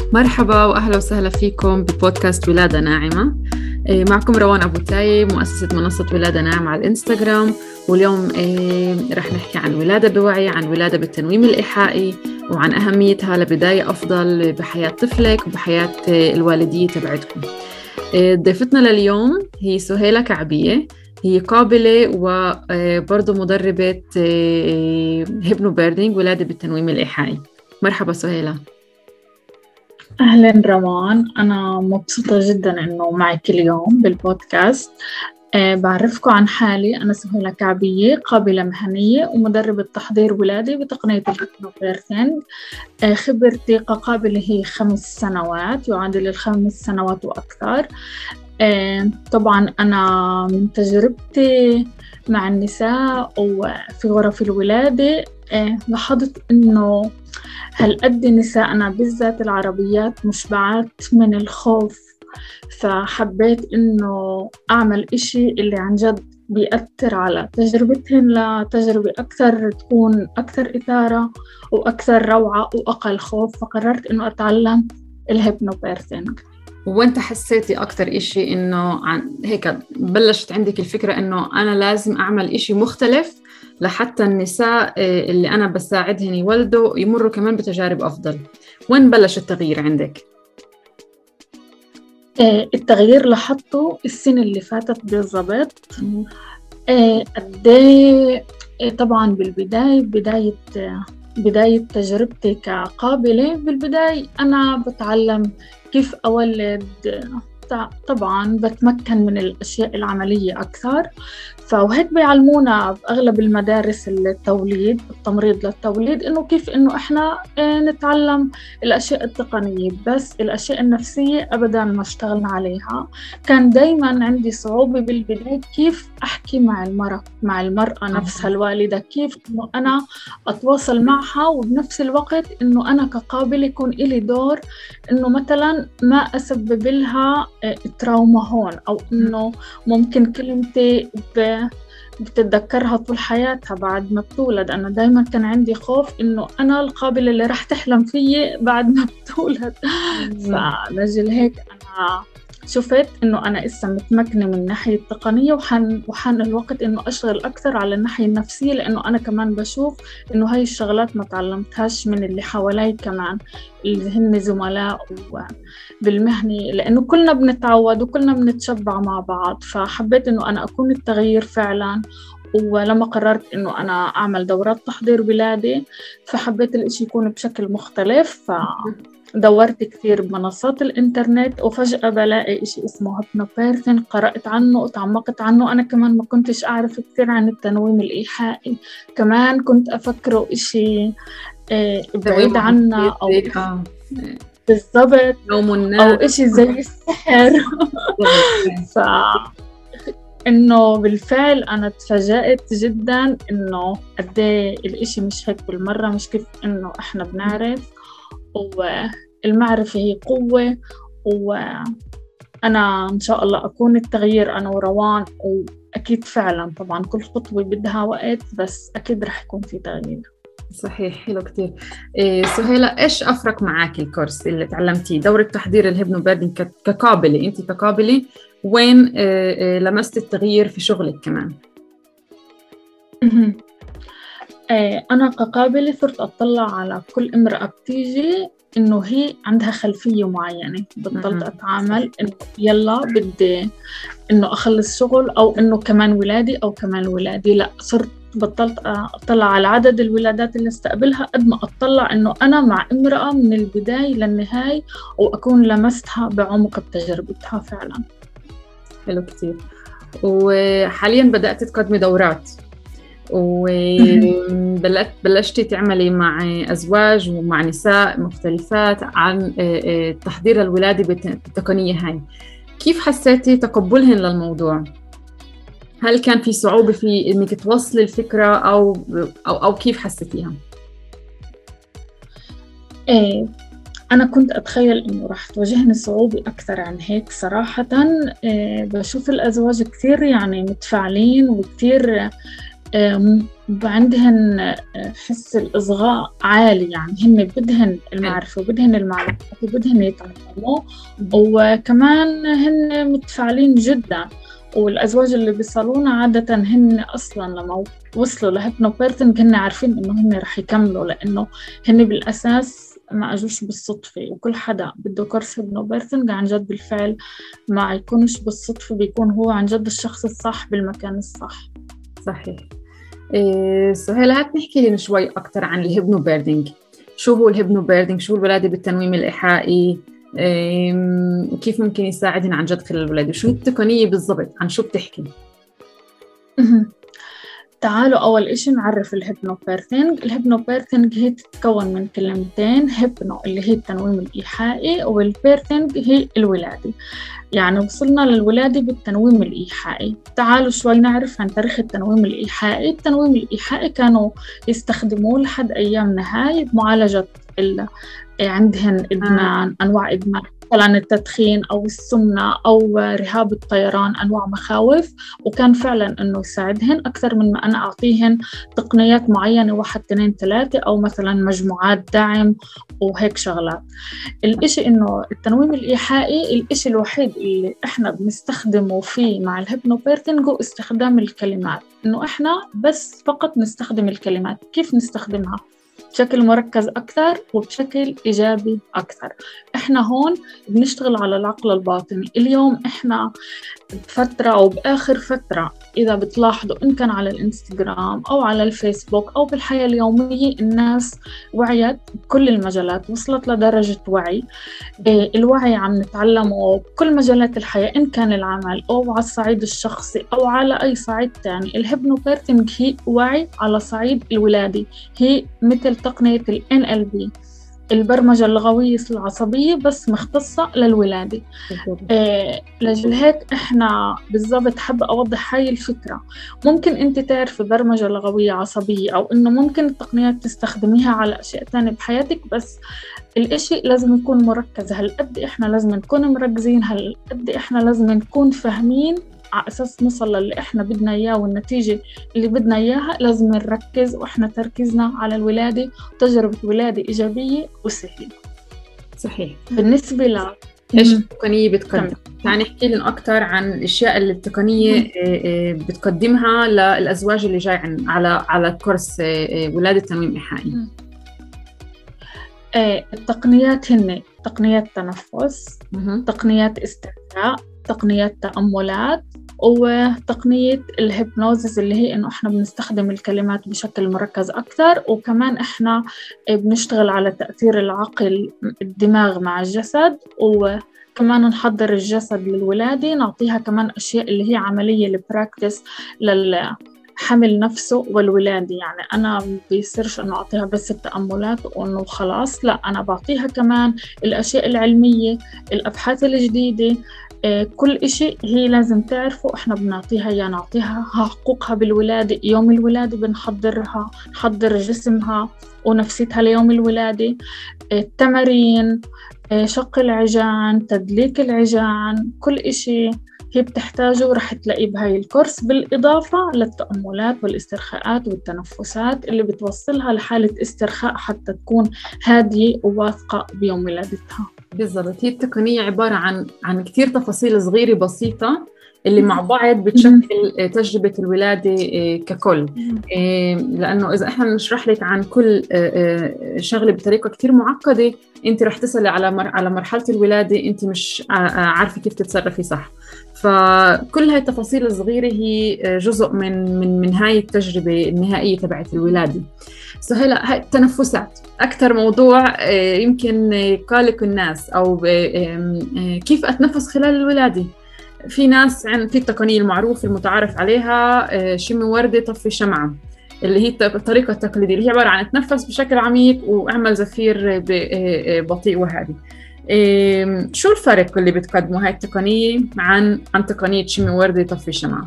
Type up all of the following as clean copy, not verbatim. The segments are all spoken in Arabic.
مرحبا وأهلا وسهلا فيكم ببودكاست ولادة ناعمة. معكم روان أبو تايب، مؤسسة منصة ولادة ناعمة على الإنستغرام. واليوم رح نحكي عن الولادة بوعي، عن الولادة بالتنويم الإيحائي، وعن أهميتها لبداية أفضل بحياة طفلك وبحياة الوالدية تبعتكم. ضيفتنا لليوم هي سهيلة كعبية، هي قابلة وبرضو مدربة هيبنوبيردينج، ولادة بالتنويم الإيحائي. مرحبا سهيلة. أهلا روان، أنا مبسوطة جدا إنه معك اليوم بالبودكاست. بعرفكم عن حالي. أنا سهيلة كعبية، قابلة مهنية ومدربة تحضير ولادة بتقنية الهيبنوبيرثينج. خبرتي كقابلة هي 5 سنوات، يعادل 5 سنوات وأكثر. طبعا أنا من تجربتي مع النساء وفي غرف الولادة لاحظت إنه هالقد نسائنا بالذات العربيات مشبعات من الخوف، فحبيت إنه أعمل إشي اللي عن جد بيأثر على تجربتهن لتجربة أكثر، تكون أكثر إثارة وأكثر روعة وأقل خوف. فقررت إنه أتعلم الهيبنوبيرثينج. وانت حسيتي اكتر اشي انه عن هيك بلشت عندك الفكرة انه انا لازم اعمل اشي مختلف لحتى النساء اللي انا بساعدهن يولدوا يمروا كمان بتجارب افضل؟ وين بلش التغيير عندك؟ التغيير لاحظته السنة اللي فاتت بالضبط. قديه طبعا بالبداية، بداية تجربتي كقابلة. بالبداية أنا بتعلم كيف أولد، طبعا بتمكن من الأشياء العملية أكثر. وهيك بيعلمونا بأغلب المدارس التوليد، التمريض للتوليد، إنه كيف إنه إحنا نتعلم الأشياء التقنية، بس الأشياء النفسية أبداً ما اشتغلنا عليها. كان دايماً عندي صعوبة بالبداية كيف أحكي مع المرأة نفسها الوالدة، كيف إنه أنا أتواصل معها، وبنفس الوقت إنه أنا كقابلة يكون إلي دور إنه مثلاً ما أسبب لها تراوما هون، أو إنه ممكن كلمتي بتتذكرها طول حياتها بعد ما بتولد. أنا دايما كان عندي خوف إنه أنا القابلة اللي رح تحلم فيي بعد ما بتولد. فلجل هيك أنا شفت إنه أنا إسا متمكنة من الناحية التقنية، وحان الوقت إنه أشتغل أكثر على الناحية النفسية، لأنه أنا كمان بشوف إنه هاي الشغلات ما تعلمتهاش من اللي حوالي كمان، اللي هن زملاء بالمهنة، لأنه كلنا بنتعود وكلنا بنتشبع مع بعض. فحبيت إنه أنا أكون التغيير فعلاً. ولما قررت إنه أنا أعمل دورات تحضير ولادة، فحبيت الإشي يكون بشكل مختلف. دورت كثير بمنصات الإنترنت، وفجأة بلاقي إشي اسمه هيبنوبيرثينج. قرأت عنه وتعمقت عنه. أنا كمان ما كنتش أعرف كثير عن التنويم الإيحائي، كمان كنت أفكره إشي بعيد عنا أو بالضبط، أو إشي زي السحر. إنه بالفعل أنا تفاجأت جداً إنه قديه الإشي مش هيك بالمرة، مش كيف إنه إحنا بنعرف. والمعرفة هي قوة، وأنا إن شاء الله أكون التغيير أنا وروان. وأكيد فعلاً طبعاً كل خطوة بدها وقت، بس أكيد رح يكون في تغيير. صحيح، حلو كتير. سهيلة، إيش أفرق معاك الكورس اللي تعلمتيه، دورة تحضير الهيبنوبيردينج كقابلة، أنت كقابلة وين لمست التغيير في شغلك كمان؟ أنا كقابلة صرت أطلع على كل امرأة بتيجي إنه هي عندها خلفية معينة. بطلت أتعامل إنه يلا بدي إنه أخلص شغل، أو إنه كمان ولادي أو كمان ولادي. لا، صرت بطلت أطلع على عدد الولادات اللي استقبلها قد ما أطلع إنه أنا مع امرأة من البداية للنهاية، وأكون لمستها بعمق بتجربتها فعلا. حلو كتير. وحاليا بدأت تقدمي دورات، وبلشتي تعملي مع أزواج ومع نساء مختلفات عن تحضير الولادة بالتقنية هاي. كيف حسيتي تقبلهن للموضوع؟ هل كان في صعوبة في إنك توصلي الفكرة أو كيف حسيتيها؟ أنا كنت أتخيل إنه راح تواجهني صعوبة أكثر عن هيك صراحة. بشوف الأزواج كثير يعني متفاعلين وكثير عندهن حس الإصغاء عالي، يعني هن بدهن المعرفة وبدهن المعلومات وبدهن يتعلموا، وكمان هن متفاعلين جدا. والأزواج اللي بيصلونا عادة هن أصلا لما وصلوا لهيبنوبيرتنج هن عارفين إنه هن رح يكملوا، لأنه هن بالأساس ما أجوش بالصدفة، وكل حدا بده كورس هيبنوبيرتنج عن جد بالفعل ما يكونش بالصدفة، بيكون هو عن جد الشخص الصح بالمكان الصح. صحيح. سهيلة، هات نحكي لنا شوي أكتر عن الهيبنوبيردينج. شو هو الهيبنوبيردينج؟ شو الولادة بالتنويم الإيحائي؟ كيف ممكن يساعدنا عن جد خلال الولادة؟ شو التقنية بالضبط؟ عن شو بتحكي؟ تعالوا أول إشي نعرف الهيبنوبيرتنج. الهيبنوبيرتنج هي تتكون من كلمتين، هيبنو اللي هي التنويم الإيحائي، والبيرتنج هي الولادة. يعني وصلنا للولادة بالتنويم الإيحائي. تعالوا شوي نعرف عن تاريخ التنويم الإيحائي. التنويم الإيحائي كانوا يستخدموه لحد أيام نهاية معالجة عندهن إدمان، أنواع إدمان، مثلا التدخين أو السمنة أو رهاب الطيران، أنواع مخاوف، وكان فعلا أنه يساعدهن أكثر من ما أنا أعطيهن تقنيات معينة 1 2 3 أو مثلا مجموعات دعم وهيك شغلات. الإشي إنه التنويم الإيحائي الإشي الوحيد اللي إحنا بنستخدمه فيه مع الهيبنوبيرتنج هو استخدام الكلمات، إنه إحنا بس فقط نستخدم الكلمات. كيف نستخدمها؟ بشكل مركز أكثر وبشكل إيجابي أكثر. إحنا هون بنشتغل على العقل الباطني. اليوم إحنا بفترة أو بآخر فترة إذا بتلاحظوا إن كان على الإنستغرام أو على الفيسبوك أو بالحياة اليومية الناس وعيت بكل المجالات، وصلت لدرجة وعي. الوعي عم نتعلمه بكل مجالات الحياة، إن كان العمل أو على الصعيد الشخصي أو على أي صعيد تاني. الهيبنوبيرتنج هي وعي على صعيد الولادي، هي مثل تقنية ال NLP، البرمجة اللغوية العصبية، بس مختصة للولادة. لجل هيك إحنا بالضبط حابة أوضح هاي الفكرة. ممكن أنت تعرفي برمجة لغوية عصبية أو إنه ممكن التقنيات تستخدميها على أشياء تانية بحياتك، بس الإشي لازم يكون مركز. هالقد إحنا لازم نكون مركزين، هالقد إحنا لازم نكون فاهمين على أساس نوصل للي إحنا بدنا إياه والنتيجة اللي بدنا إياها. لازم نركز وإحنا تركيزنا على الولادة، تجربة ولادة إيجابية وسهلة. صحيح. بالنسبة ل إيش التقنية بتقدم؟ يعني نحكي لنا أكتر عن الأشياء اللي التقنية بتقدمها للأزواج اللي جاي على كورس ولادة تنويم إيحائي. التقنيات هن تقنيات تنفس، تقنيات استرخاء، تقنيات تأملات، وتقنية الهيبنوزيس اللي هي إنه إحنا بنستخدم الكلمات بشكل مركز أكثر. وكمان إحنا بنشتغل على تأثير العقل الدماغ مع الجسد، وكمان نحضر الجسد للولادة، نعطيها كمان أشياء اللي هي عملية البراكتس للحمل نفسه والولادة. يعني أنا بيصيرش إنه أعطيها بس التأملات وإنه خلاص، لا، أنا بعطيها كمان الأشياء العلمية، الأبحاث الجديدة، كل إشي هي لازم تعرفه إحنا بنعطيها. يعني نعطيها حقوقها بالولادة، يوم الولادة بنحضرها، نحضر جسمها ونفسيتها ليوم الولادة، التمارين، شق العجان، تدليك العجان، كل إشي هي بتحتاجه رح تلاقيه بهاي الكورس، بالإضافة للتأملات والاسترخاءات والتنفسات اللي بتوصلها لحالة استرخاء حتى تكون هادية وواثقة بيوم ولادتها. بالضبط. هي التقنية عبارة عن كتير تفاصيل صغيرة بسيطة اللي مع بعض بتشكل تجربة الولادة ككل. لأنه إذا إحنا نشرح لك عن كل شغلة بطريقة كتير معقدة، أنت رح تصلي على مرحلة الولادة أنت مش عارفة كيف تتصرفي صح. فكل هاي التفاصيل الصغيرة هي جزء من هاي التجربة النهائية تبعت الولادة. هلا هاي التنفسات أكثر موضوع يمكن قلق الناس، أو كيف أتنفس خلال الولادة. في ناس في التقنية المعروفة المتعارف عليها شمي وردة طفي شمعة، اللي هي الطريقة التقليدية اللي هي عبارة عن تنفس بشكل عميق واعمل زفير بطيء وهادي. شو الفرق اللي بتقدمه هاي التقنية عن تقنية شمي وردة طفي شمعة؟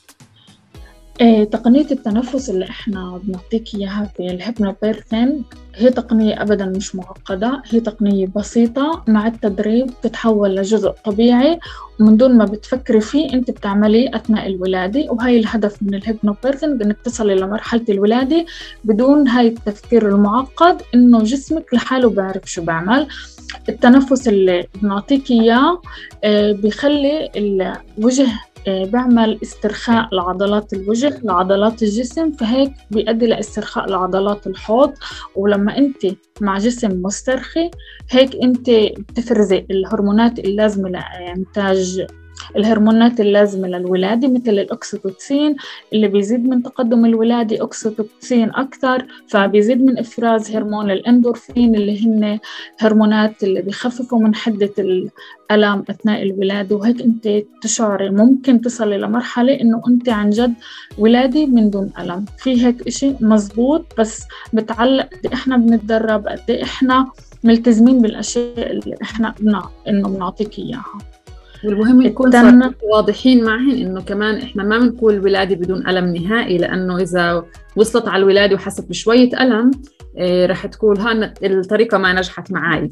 تقنية التنفس اللي إحنا بنعطيك إياها في الهيبنوبيرتنج هي تقنية أبداً مش معقدة، هي تقنية بسيطة مع التدريب بتتحول لجزء طبيعي، ومن دون ما بتفكري فيه أنت بتعمليه أثناء الولادة. وهي الهدف من الهيبنوبيرثنج، إنك تصلي لمرحلة الولادة بدون هاي التفكير المعقد إنه جسمك لحاله بعرف شو بعمل. التنفس اللي بنعطيك إياه بيخلي الوجه بيعمل استرخاء لعضلات الوجه لعضلات الجسم، فهيك بيؤدي لاسترخاء لعضلات الحوض. ولما انت مع جسم مسترخي هيك انت بتفرزي الهرمونات اللازمة لإنتاج الهرمونات اللازمة للولادة، مثل الأكسيتوسين اللي بيزيد من تقدم الولادة أكسيتوسين أكثر، فبيزيد من إفراز هرمون الأندورفين اللي هن هرمونات اللي بيخففوا من حدة الألم أثناء الولادة. وهيك أنت تشعري ممكن تصلي لمرحلة إنه أنت عن جد ولادة من دون ألم. في هيك إشي مزبوط، بس بتعلق قد إحنا بنتدرب، قد إحنا ملتزمين بالأشياء اللي إحنا إنه بنعطيك إياها. والمهم نكون واضحين معهن إنه كمان إحنا ما بنقول ولادة بدون ألم نهائي، لأنه إذا وصلت على الولادة وحست بشوية ألم رح تقول ها الطريقة ما نجحت معي.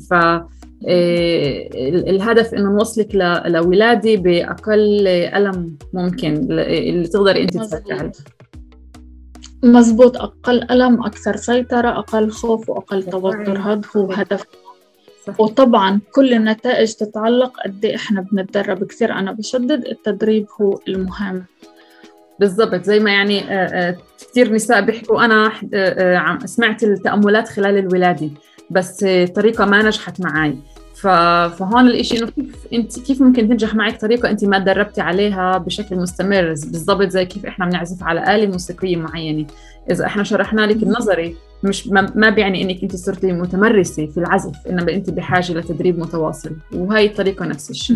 الهدف إنه نوصلك لولادة بأقل ألم ممكن اللي تقدر أنت تسيطري عليه. مزبوط، أقل ألم أكثر سيطرة، أقل خوف وأقل توتر، هذا هو هدف. وطبعا كل النتائج تتعلق قد ايه احنا بنتدرب كثير. انا بشدد التدريب هو المهم. بالضبط، زي ما يعني كثير نساء بيحكوا انا سمعت التأملات خلال الولادة بس طريقة ما نجحت معي. فهون الاشي انه كيف ممكن تنجح معك طريقة انت ما تدربتي عليها بشكل مستمر. بالضبط زي كيف احنا بنعزف على آلة موسيقية معينة، اذا احنا شرحنا لك النظري مش ما بيعني انك انت صرتي متمرسة في العزف، انما انت بحاجة لتدريب متواصل، وهي الطريقة نفس الشيء.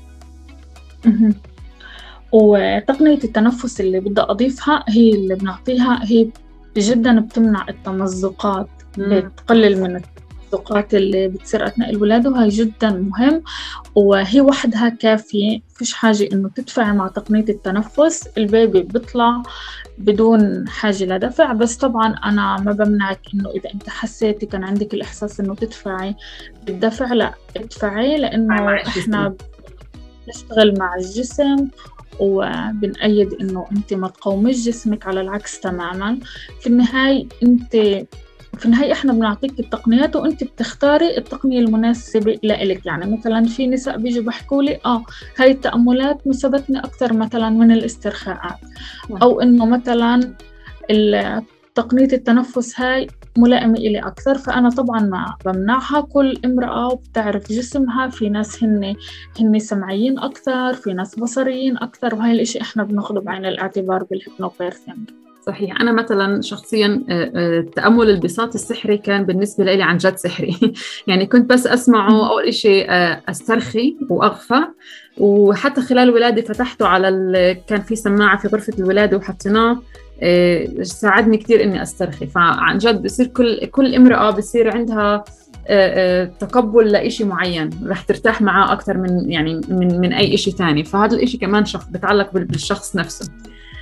وتقنية التنفس اللي بدي أضيفها هي اللي بنعطيها، هي جدا بتمنع التمزقات، بتقلل من التمزقات اللي بتصير أثناء الولادة، وهي جدا مهم. وهي وحدها كافية، فيش حاجة إنه تدفع مع تقنية التنفس. البيبي بيطلع بدون حاجة لدفع، بس طبعا أنا ما بمنعك إنه إذا أنت حسيتي كان عندك الإحساس إنه تدفعي بالدفع، لا ادفعي، لأنه إحنا نشتغل مع الجسم وبنأيد إنه أنت ما تقوميش جسمك، على العكس تماماً. في النهاية إحنا بنعطيك التقنيات وأنت بتختاري التقنية المناسبة لإلك. يعني مثلاً في نساء بيجوا بيحكوا لي هاي التأملات نسبتني أكثر مثلاً من الاسترخاءات، أو إنه مثلاً تقنية التنفس هاي ملائمة إلي أكثر. فأنا طبعاً ما بمنعها، كل امرأة بتعرف جسمها. في ناس هن سمعيين أكثر، في ناس بصريين أكثر، وهي الإشي إحنا بناخده بعين الاعتبار بالهيبنوبيرثنج. صحيح. أنا مثلا شخصيا تأمل البساط السحري كان بالنسبة لي عن جد سحري. يعني كنت بس أسمعه أول إشي أسترخي وأغفى، وحتى خلال الولادة فتحته كان في سماعة في غرفة الولادة وحطيناه، ساعدني كتير إني أسترخي. فعن جد بصير كل امرأة بصير عندها تقبل لإشي معين رح ترتاح معاه أكتر من أي إشي تاني. فهذا الإشي كمان بتعلق بالشخص نفسه.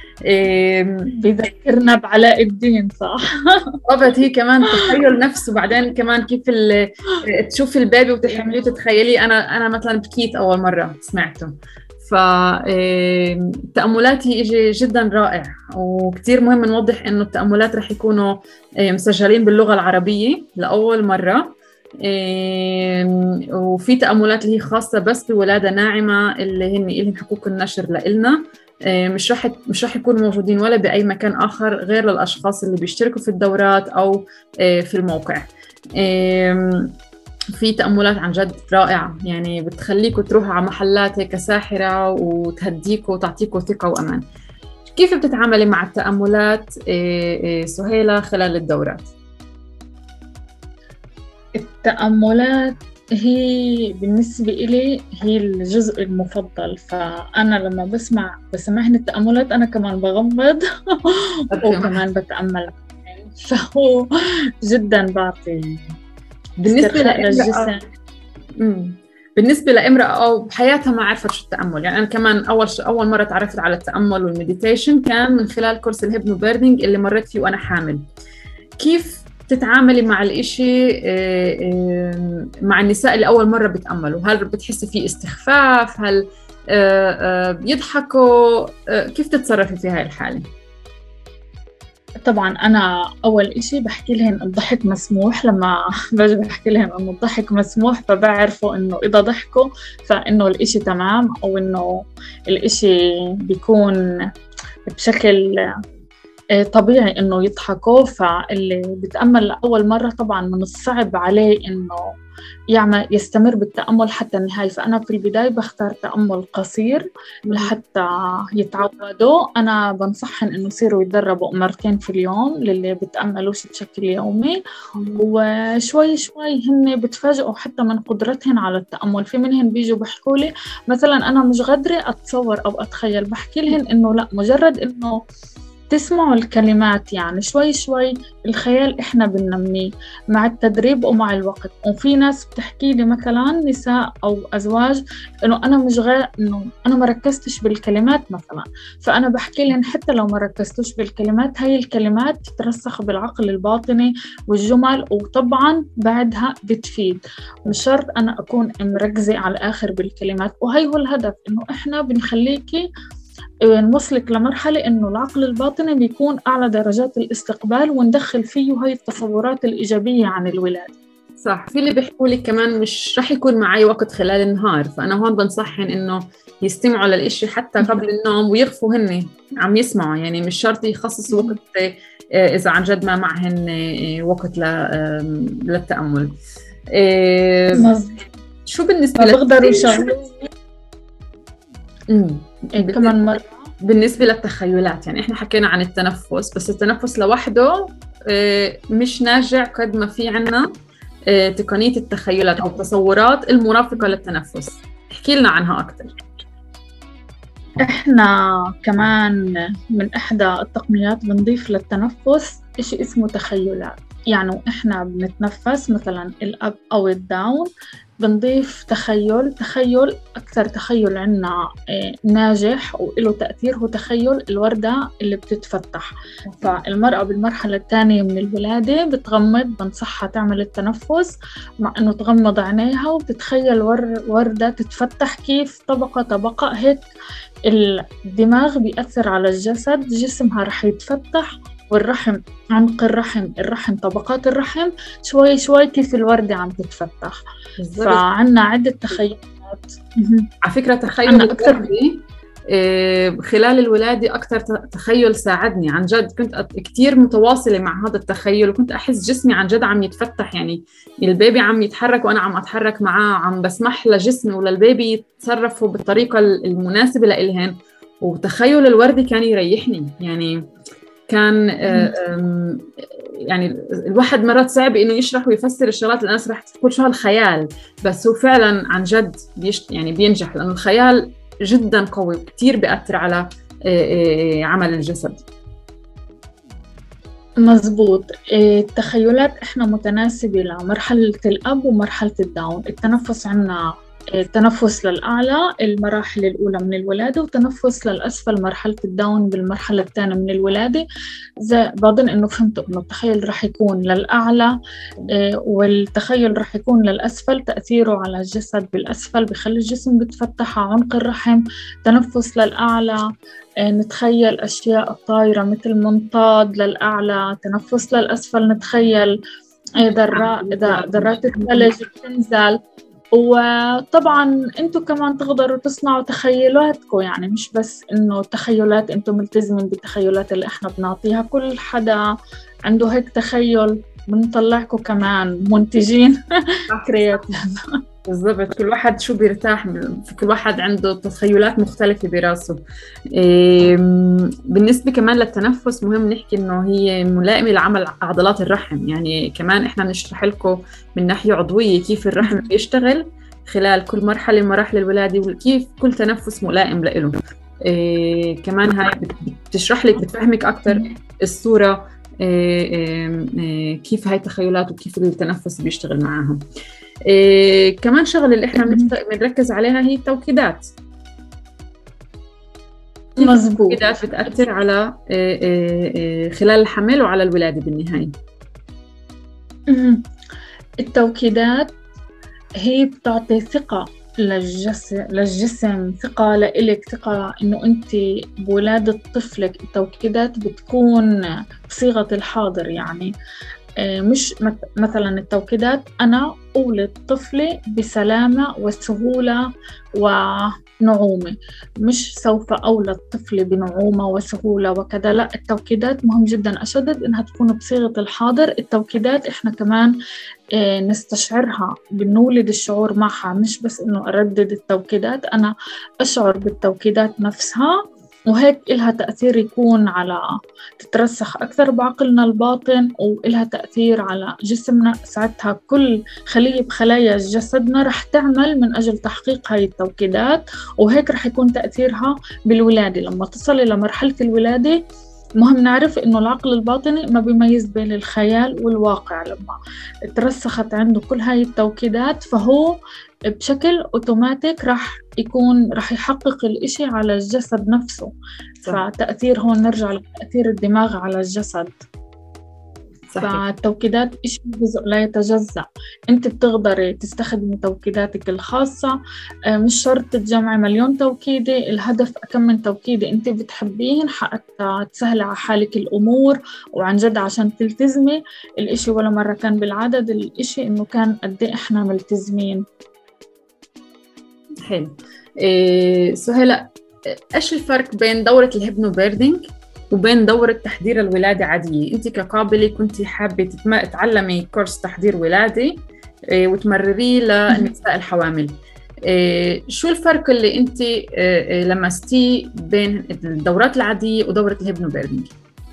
بيذكرنا بعلاء الدين، صح؟ طبعا هي كمان تخيل نفسه، وبعدين كمان كيف تشوف البيبي وتحمليه وتتخيليه. أنا مثلا بكيت أول مرة سمعته. فتأملاتي إجي جدا رائع، وكتير مهم نوضح إنه التأملات رح يكونوا مسجلين باللغة العربية لأول مرة. وفي تأملات اللي هي خاصة بس بولادة ناعمة اللي إلهم حقوق النشر لإلنا، مش رح يكونوا موجودين ولا بأي مكان آخر غير للأشخاص اللي بيشتركوا في الدورات أو في الموقع. في تأملات عن جد رائعة، يعني بتخليكوا تروحوا على محلات هيك ساحرة وتهديكوا وتعطيكوا ثقة وأمان. كيف بتتعاملي مع التأملات سهيلة خلال الدورات؟ التأملات هي بالنسبة إلي هي الجزء المفضل. فأنا لما بسمعهن التأملات أنا كمان بغمض وكمان بتأمل، فهو جدا بعطي بالنسبة للجسم. بالنسبة لامرأة أو بحياتها ما عرفت شو التأمل، يعني أنا كمان أول مرة تعرفت على التأمل والمديتيشن كان من خلال كورس الهيبنوبيرثنج اللي مريت فيه وأنا حامل. كيف تتعاملي مع الإشي مع النساء اللي أول مرة بتأملوا؟ هل بتحسي فيه استخفاف؟ هل بيضحكوا؟ كيف تتصرفي في هاي الحالة؟ طبعا أنا أول إشي بحكي لهم الضحك مسموح. لما باجي بحكي لهم إنه الضحك مسموح فبعرفوا إنه إذا ضحكوا فإنه الإشي تمام، أو إنه الإشي بيكون بشكل طبيعي إنه يضحكوا. فاللي بتأمل لأول مرة طبعا من الصعب عليه إنه يستمر بالتأمل حتى النهاية. فأنا في البداية بختار تأمل قصير لحتى يتعودوا. أنا بنصحهم إنه يصيروا يتدربوا مرتين في اليوم للي بتأملوش بشكل يومي، وشوي شوي هن بتفاجئوا حتى من قدرتهن على التأمل. في منهن بيجوا بحكوا لي مثلا أنا مش قادرة أتصور أو أتخيل، بحكي لهن إنه لا، مجرد إنه تسمعوا الكلمات، يعني شوي شوي الخيال إحنا بننميه مع التدريب ومع الوقت. وفي ناس بتحكي لي مثلا نساء أو أزواج إنه أنا مش إنه أنا ما ركزتش بالكلمات مثلا، فأنا بحكي لهم حتى لو ما ركزتوش بالكلمات، هاي الكلمات تترسخ بالعقل الباطني والجمل، وطبعا بعدها بتفيد. مش شرط أنا أكون مركزة على الآخر بالكلمات. وهي هو الهدف، إنه إحنا بنخليكي نوصلك لمرحلة إنه العقل الباطني بيكون أعلى درجات الاستقبال، وندخل فيه هاي التصورات الإيجابية عن الولادة. صح. في اللي بيحكوا لي كمان مش رح يكون معي وقت خلال النهار، فأنا هون بنصحن إنه يستمعوا للإشي حتى قبل النوم ويخفوا هن عم يسمعوا، يعني مش شرط يخصصوا وقت إذا عن جد ما معهن وقت للتأمل. شو بالنسبة بقدروا يشغلوا كمان مرة بالنسبة للتخيلات؟ يعني إحنا حكينا عن التنفس، بس التنفس لوحده مش ناجع قد ما في عنا تقنية التخيلات أو التصورات المرافقة للتنفس. احكي لنا عنها أكتر. إحنا كمان من إحدى التقنيات بنضيف للتنفس إشي اسمه تخيلات. يعني إحنا بنتنفس مثلا الأب أو الداون، بنضيف تخيل أكثر تخيل عنا ناجح وإله تأثير هو تخيل الوردة اللي بتتفتح. فالمرأة بالمرحلة الثانية من الولادة بتغمض، بنصحها تعمل التنفس مع إنه تغمض عينيها وبتتخيل وردة تتفتح، كيف طبقة طبقة هيك. الدماغ بيأثر على الجسد، جسمها رح يتفتح، والرحم، عنق الرحم طبقات الرحم شوي شوي كيف الوردة عم تتفتح. فعنا عدة تخيلات. على فكرة تخيل أكثر خلال الولادة أكثر تخيل ساعدني عن جد. كنت كتير متواصلة مع هذا التخيل، وكنت أحس جسمي عن جد عم يتفتح، يعني البيبي عم يتحرك وأنا عم أتحرك معاه، عم بسمح لجسمي وللبيبي يتصرفوا بالطريقة المناسبة لإلهن. وتخيل الوردة كان يريحني، يعني كان يعني الواحد مرات صعب إنه يشرح ويفسر الشغلات اللي الناس رح تقول شو هالخيال، بس هو فعلا عن جد يعني بينجح، لأنه الخيال جدا قوي كتير بيأثر على عمل الجسد. مزبوط. التخيلات إحنا متناسبة لمرحلة الأب ومرحلة الداون. التنفس عنا تنفس للأعلى المراحل الأولى من الولادة، وتنفس للأسفل مرحلة الداون بالمرحلة الثانية من الولادة. بظن إنه فهمتوا إنه التخيل رح يكون للأعلى والتخيل رح يكون للأسفل. تأثيره على الجسد بالأسفل بخلي الجسم بتفتح عنق الرحم. تنفس للأعلى نتخيل أشياء طايرة مثل منطاد للأعلى. تنفس للأسفل نتخيل ذرات الثلج بتنزل. وطبعا انتم كمان تقدروا تصنعوا تخيلاتكم، يعني مش بس انه تخيلات انتم ملتزمين بالتخيلات اللي احنا بنعطيها. كل حدا عنده هيك تخيل، بنطلعكم كمان منتجين كرياتيف. بالضبط، كل واحد شو بيرتاح، في كل واحد عنده تخيلات مختلفة براسه. بالنسبة كمان للتنفس مهم نحكي إنه هي ملائمة لعمل عضلات الرحم. يعني كمان إحنا بنشرح لكم من ناحية عضوية كيف الرحم بيشتغل خلال كل مرحلة من مراحل الولادة، وكيف كل تنفس ملائم له. كمان هاي بتشرح لك، بتفهمك أكتر الصورة كيف هاي التخيلات وكيف التنفس بيشتغل معاهم. كمان شغل اللي احنا بنركز عليها هي التوكيدات. مظبوط. التوكيدات بتأثر على خلال الحمل وعلى الولادة بالنهاية. التوكيدات هي بتعطي ثقة للجسم، ثقة لإلك، ثقة إنه أنت بولادة طفلك. التوكيدات بتكون بصيغة الحاضر، يعني مش مثلا التوكيدات أنا أولد طفلي بسلامة وسهولة ونعومة، مش سوف أولد طفلي بنعومة وسهولة وكذا. لا، التوكيدات مهم جدا أشدد إنها تكون بصيغة الحاضر. التوكيدات إحنا كمان نستشعرها، بنولد الشعور معها، مش بس إنه أردد التوكيدات، أنا أشعر بالتوكيدات نفسها، وهيك إلها تأثير يكون على تترسخ أكثر بعقلنا الباطن، وإلها تأثير على جسمنا. ساعتها كل خلية بخلايا جسدنا رح تعمل من أجل تحقيق هاي التوكيدات، وهيك رح يكون تأثيرها بالولادة. لما تصل إلى مرحلة الولادة مهم نعرف إنه العقل الباطني ما بيميز بين الخيال والواقع. لما ترسخت عنده كل هاي التوكيدات فهو بشكل أوتوماتيك رح يحقق الإشي على الجسد نفسه. صح. فتأثير هون نرجع لتأثير الدماغ على الجسد. صحيح. فالتوكيدات إشي جزء لا يتجزأ. أنت بتقدري تستخدمي توكيداتك الخاصة، مش شرط تجمعي مليون توكيدة. الهدف كم من توكيدة أنت بتحبيهن حتى تسهل على حالك الأمور، وعن جد عشان تلتزمي. الإشي ولا مرة كان بالعدد، الإشي إنه كان قد إيه إحنا ملتزمين. حلو. سهيلة، إيش الفرق بين دورة الهيبنوبيردينج وبين دورة تحضير الولادة عادية؟ أنت كقابلة كنتي حابة تعلمي كورس تحضير ولادة وتمرريه للنساء الحوامل. شو الفرق اللي أنت لمستيه بين الدورات العادية ودورة الهيبنوبيردينج؟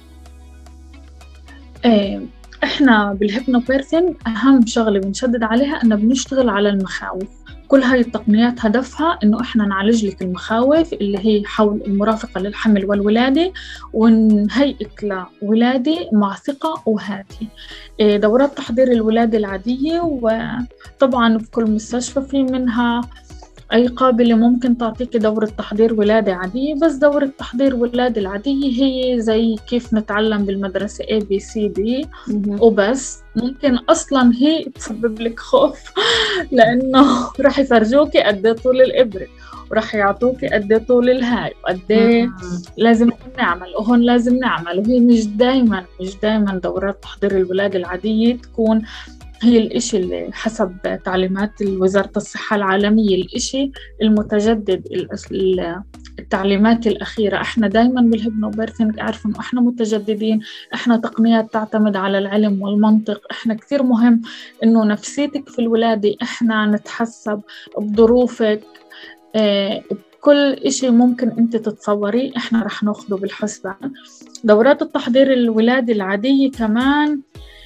إحنا بالهيبنوبيردينج أهم شغلة بنشدد عليها إنه بنشتغل على المخاوف. كل هاي التقنيات هدفها إنه إحنا نعالج لك المخاوف اللي هي حول المرافقة للحمل والولادة، ونهيئك لولادة مع ثقة وهادئة. دورات تحضير الولادة العادية، وطبعاً في كل مستشفى في منها أي قابلة ممكن تعطيك دورة تحضير ولادة عادية. بس دورة تحضير ولادة العادية هي زي كيف نتعلم بالمدرسة ABCD وبس. ممكن أصلاً هي تسبب لك خوف لأنه رح يفرجوكي قد ايه طول الإبرة، ورح يعطوكي قد ايه طول الهاي، وقد ايه لازم نعمل، وهون لازم نعمل. وهي مش دايماً دورات تحضير الولادة العادية تكون هي الإشي اللي حسب تعليمات وزارة الصحة العالمية الإشي المتجدد. التعليمات الأخيرة إحنا دايماً بالهيبنوبيردينج أعرف إنه إحنا متجددين، إحنا تقنيات تعتمد على العلم والمنطق. إحنا كثير مهم إنه نفسيتك في الولادة إحنا نتحسب بظروفك، كل إشي ممكن أنت تتصوري إحنا رح نأخذه بالحسبان. دورات التحضير الولادة العادية كمان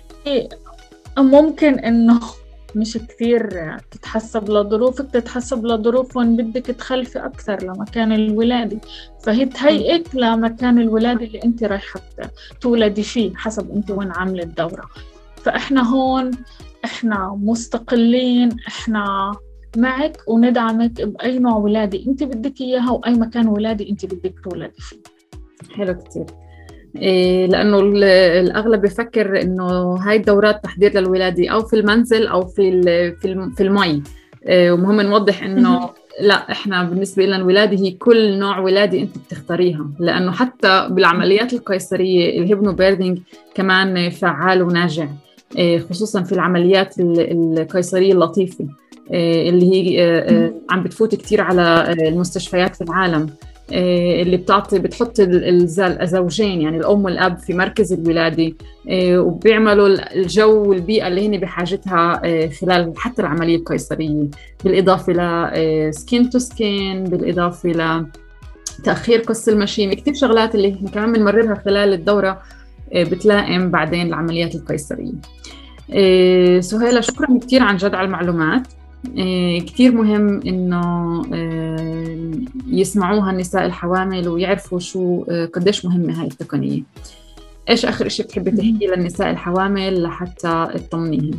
ممكن إنه مش كثير تتحسب لظروفك، تتحسب لظروفهم بدك تخلفي أكثر لمكان الولادة، فهي تهيئك لمكان الولادة اللي أنت رايحة تولدي فيه حسب أنت وين عاملة الدورة. فإحنا هون إحنا مستقلين، إحنا معك وندعمك بأي نوع ولادة أنت بدك إياها وأي مكان ولادة أنت بدك تولدي فيه. حلو كتير. لأنه الأغلب بيفكر إنه هاي الدورات تحضير للولادة أو في المنزل أو في المي، ومهم نوضح إنه لا، إحنا بالنسبة لنا الولادة هي كل نوع ولادة أنت بتختاريها، لأنه حتى بالعمليات القيصرية الهيبنوبيردينج كمان فعال وناجع، خصوصا في العمليات القيصرية اللطيفة اللي هي عم بتفوت كتير على المستشفيات في العالم، اللي بتحط الزوجين يعني الأم والأب في مركز الولادة، وبيعملوا الجو والبيئة اللي هن بحاجتها خلال حتى العملية القيصرية، بالإضافة لسكين تو سكين، بالإضافة لتأخير قص المشيمة، كتير شغلات اللي احنا كمان بنمررها خلال الدورة بتلائم بعدين العمليات القيصرية. سهيلة، شكرا كتير عن جد على المعلومات. كتير مهم إنه يسمعوها النساء الحوامل ويعرفوا شو قديش مهمة هاي التقنية. إيش آخر إشي بتحبي تحكي للنساء الحوامل لحتى تطمنيهن؟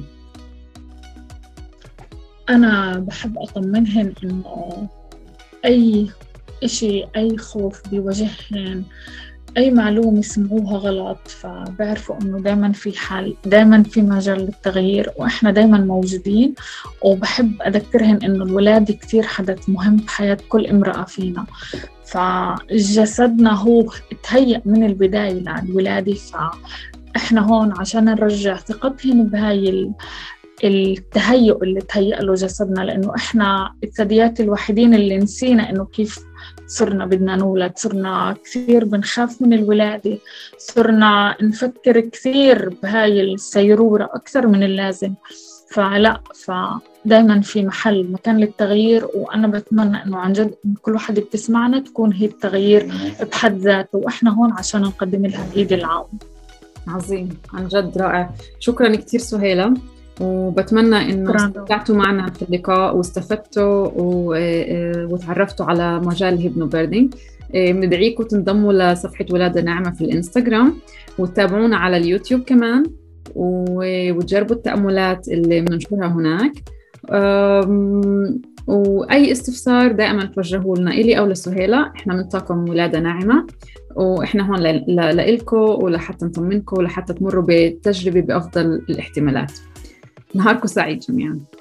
أنا بحب أطمنهن إنه أي إشي، أي خوف بيواجههن أي معلومة سمعوها غلط، فبعرفوا إنه دايما في حل، دايما في مجال للتغيير، وإحنا دايما موجودين. وبحب أذكرهن إنه الولادة كتير حدث مهم بحياة كل امرأة فينا، فجسدنا هو تهيأ من البداية للولادة، فإحنا هون عشان نرجع ثقتهن بهاي التهيؤ اللي تهيأ له جسدنا، لأنه إحنا الثدييات الوحيدين اللي نسينا إنه كيف صرنا بدنا نولد. صرنا كثير بنخاف من الولادة، صرنا نفكر كثير بهاي السيرورة أكثر من اللازم. فدايما في مكان للتغيير، وأنا بتمنى إنه عن جد كل واحدة بتسمعنا تكون هي التغيير بحد ذاته، وإحنا هون عشان نقدم لها إيد العون. عظيم، عن جد رائع. شكرا كتير سهيلة، وبتمنى إنه استمتعتوا معنا في اللقاء واستفدتوا وتعرفتوا على مجال الهيبنوبيردينج. بندعيكم تنضموا لصفحة ولادة ناعمة في الإنستغرام، وتتابعونا على اليوتيوب كمان، وتجربوا التأملات اللي بننشرها هناك. وأي استفسار دائما توجهوا لنا، إلي أو لسهيلة. إحنا من طاقم ولادة ناعمة، وإحنا هون لإلكم ولحتى نطمنكم ولحتى تمروا بتجربة بأفضل الاحتمالات. نهاركم سعيد جميعاً.